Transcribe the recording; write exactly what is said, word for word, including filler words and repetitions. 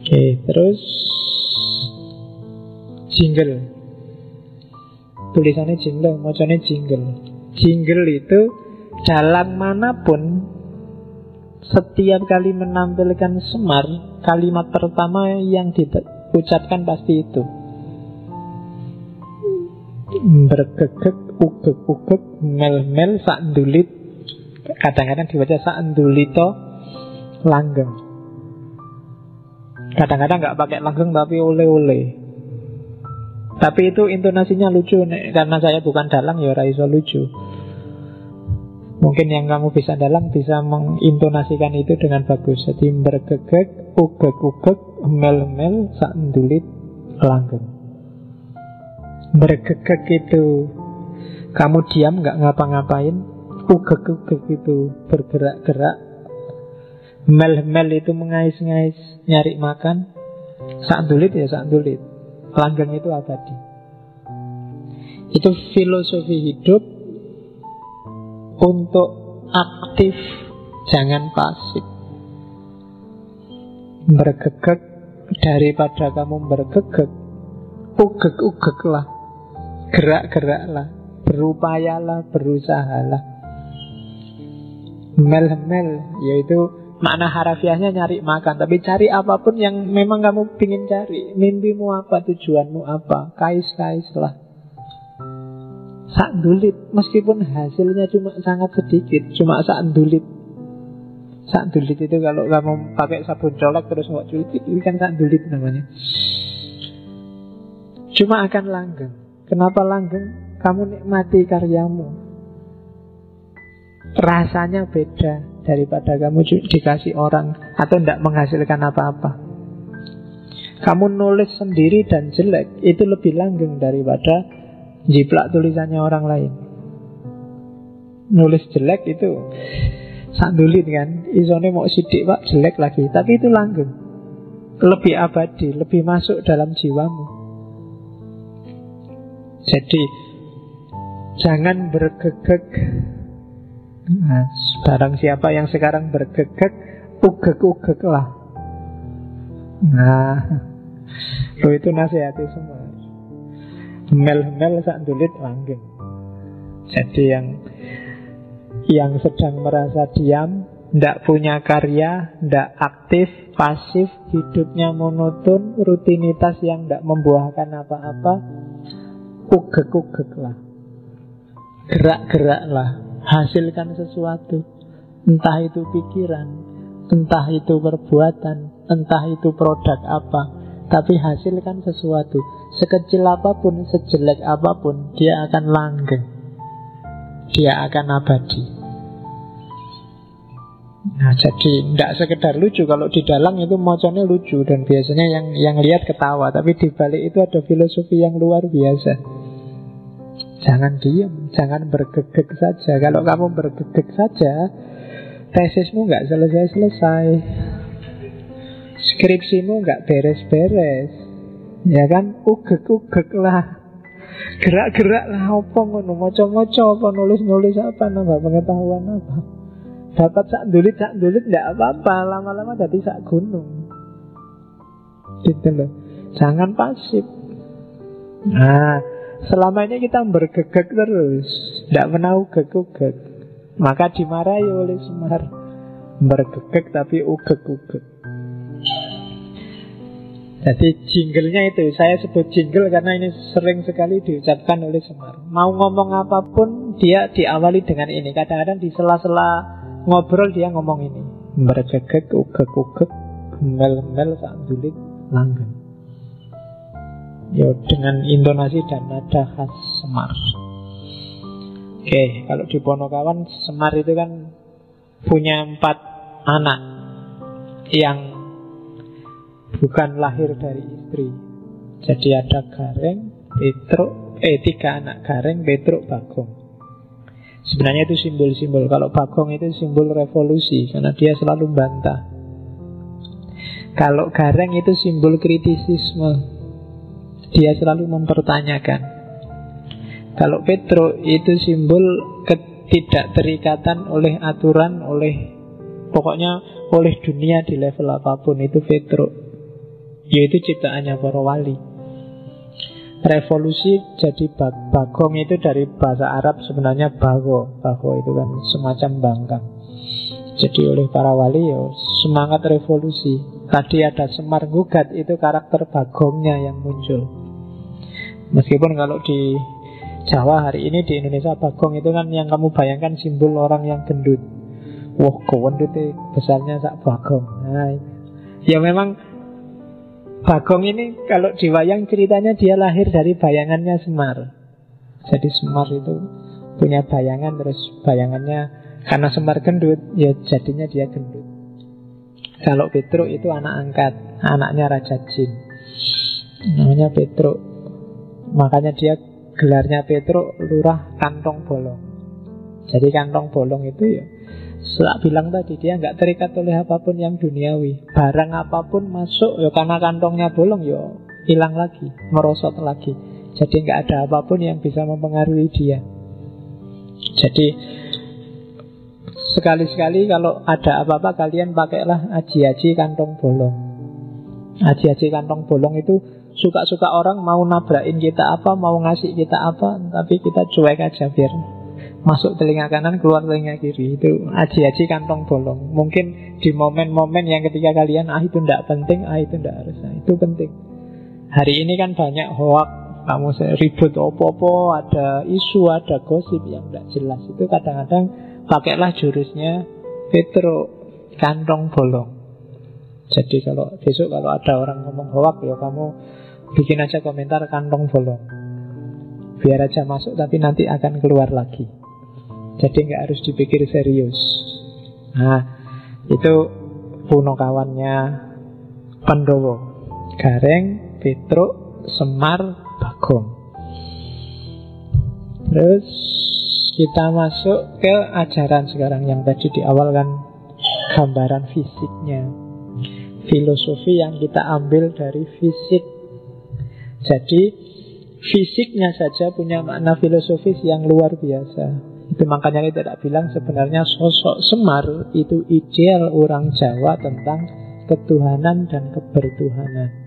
Oke, terus jingle. Tulisannya jingle, mocone jingle. Jingle itu dalang manapun setiap kali menampilkan Semar, kalimat pertama yang diucapkan pasti itu. Bergegek, ugek-ugek, mel-mel, sakndulit. Kadang-kadang dibaca sakndulito, langgeng. Kadang-kadang gak pakai langgeng tapi ole-ole. Tapi itu intonasinya lucu nek, karena saya bukan dalang ya ora iso lucu. Mungkin yang kamu bisa dalang bisa mengintonasikan itu dengan bagus. Jadi bergegek, ugek-ugek, mel-mel, sakndulit, langgeng. Bergegek itu kamu diam gak ngapa-ngapain. Ugek-ugek itu bergerak-gerak. Mel-mel itu mengais-ngais nyari makan. Sakndulit ya sakndulit, langgeng itu abadi. Itu filosofi hidup. Untuk aktif, jangan pasif. Bergegek, daripada kamu bergegek, ugek-ugeklah, gerak-geraklah, berupayalah, berusahalah. Mel-mel, yaitu makna harafiahnya nyari makan. Tapi cari apapun yang memang kamu ingin cari. Mimpimu apa, tujuanmu apa, kais-kaislah. Sakndulit, meskipun hasilnya cuma sangat sedikit, cuma sakndulit. Sakndulit itu kalau kamu pakai sabun colek terus mau cuci, itu kan sakndulit namanya. Cuma akan langgeng. Kenapa langgeng? Kamu nikmati karyamu, rasanya beda daripada kamu dikasih orang atau tidak menghasilkan apa-apa. Kamu nulis sendiri dan jelek, itu lebih langgeng daripada jiplak tulisannya orang lain. Nulis jelek itu sakndulit kan, isone mau sidik pak jelek lagi, tapi itu langgeng, lebih abadi, lebih masuk dalam jiwamu. Jadi jangan bergegek. Nah, barang siapa yang sekarang bergegek, ugek-ugek lah. Nah, lo itu nasihati semua. Mel-mel sakndulit langgeng. Jadi yang yang sedang merasa diam, tidak punya karya, tidak aktif, pasif, hidupnya monoton, rutinitas yang tidak membuahkan apa-apa, ugek-ugek lah, gerak-gerak lah, hasilkan sesuatu. Entah itu pikiran, entah itu perbuatan, entah itu produk apa, tapi hasilkan sesuatu. Sekecil apapun, sejelek apapun, dia akan langgeng, dia akan abadi. Nah, jadi tidak sekedar lucu. Kalau di dalang itu moconnya lucu dan biasanya yang yang lihat ketawa, tapi di balik itu ada filosofi yang luar biasa. Jangan diam, jangan bergegek saja. Kalau kamu bergegek saja, tesismu nggak selesai-selesai, skripsimu nggak beres-beres. Ya kan, ugek-ugek lah, gerak-gerak lah, apa ngono, moco-moco apa, nulis-nulis apa, nambah pengetahuan apa. Dapat sakndulit, sakndulit nggak apa-apa, lama-lama jadi sak gunung. Gitu loh. Jangan pasif. Nah, selama ini kita bergegek terus, tidak pernah ugek-ugek, maka dimarahi oleh Semar. Bergegek tapi ugek-ugek. Jadi jinglenya itu, saya sebut jingle karena ini sering sekali diucapkan oleh Semar. Mau ngomong apapun dia diawali dengan ini. Kadang-kadang di sela-sela ngobrol dia ngomong ini. Bergegek, ugek-ugek, mel-mel, sakndulit, langgeng. Ya, dengan intonasi dan nada khas Semar. Oke, kalau di Ponokawan, Semar itu kan punya empat anak yang bukan lahir dari istri. Jadi ada Gareng, Petruk, eh tiga anak, Gareng, Petruk, Bagong. Sebenarnya itu simbol-simbol. Kalau Bagong itu simbol revolusi, karena dia selalu bantah. Kalau Gareng itu simbol kritisisme, dia selalu mempertanyakan. Kalau Petruk itu simbol ketidakterikatan oleh aturan, oleh pokoknya oleh dunia di level apapun, itu Petruk. yaitu ciptaannya para wali. Revolusi jadi bagong itu dari bahasa Arab sebenarnya bago. Bago itu kan semacam bangkang. Jadi oleh para wali ya semangat revolusi. Tadi ada Semar Gugat, itu karakter bagongnya yang muncul. Meskipun kalau di Jawa hari ini, di Indonesia, bagong itu kan yang kamu bayangkan simbol orang yang gendut. Wah, gendut itu besarnya sak bagong. Nah, ya memang bagong ini kalau di wayang ceritanya dia lahir dari bayangannya Semar. Jadi Semar itu punya bayangan, terus bayangannya karena Semar gendut, ya jadinya dia gendut. Kalau Petruk itu anak angkat, anaknya Raja Jin, namanya Petruk. Makanya dia gelarnya Petruk, lurah kantong bolong. Jadi kantong bolong itu ya setelah bilang tadi, dia nggak terikat oleh apapun yang duniawi. Barang apapun masuk ya karena kantongnya bolong ya hilang lagi, merosot lagi. Jadi nggak ada apapun yang bisa mempengaruhi dia. Jadi sekali-sekali kalau ada apa-apa, kalian pakailah aji-aji kantong bolong. Aji-aji kantong bolong itu suka-suka orang mau nabrakin kita apa, mau ngasih kita apa, tapi kita cuek aja biar masuk telinga kanan, keluar telinga kiri. Itu aji-aji kantong bolong. Mungkin di momen-momen yang ketika kalian ah itu tidak penting, ah itu tidak harus, nah, itu penting. Hari ini kan banyak hoak, kamu ribut opo-opo, ada isu, ada gosip yang tidak jelas. Itu kadang-kadang pakailah jurusnya Petruk, kantong bolong. Jadi kalau besok kalau ada orang ngomong hoak, ya kamu bikin aja komentar kantong bolong. Biar aja masuk tapi nanti akan keluar lagi. Jadi nggak harus dipikir serius. Nah, itu punokawannya Pandhawa. Gareng, Petruk, Semar, Bagong. Terus kita masuk ke ajaran sekarang. Yang tadi di awal kan gambaran fisiknya, filosofi yang kita ambil dari fisik. Jadi fisiknya saja punya makna filosofis yang luar biasa. Itu makanya kita tidak bilang sebenarnya sosok Semar itu ideal orang Jawa tentang ketuhanan dan kebertuhanan.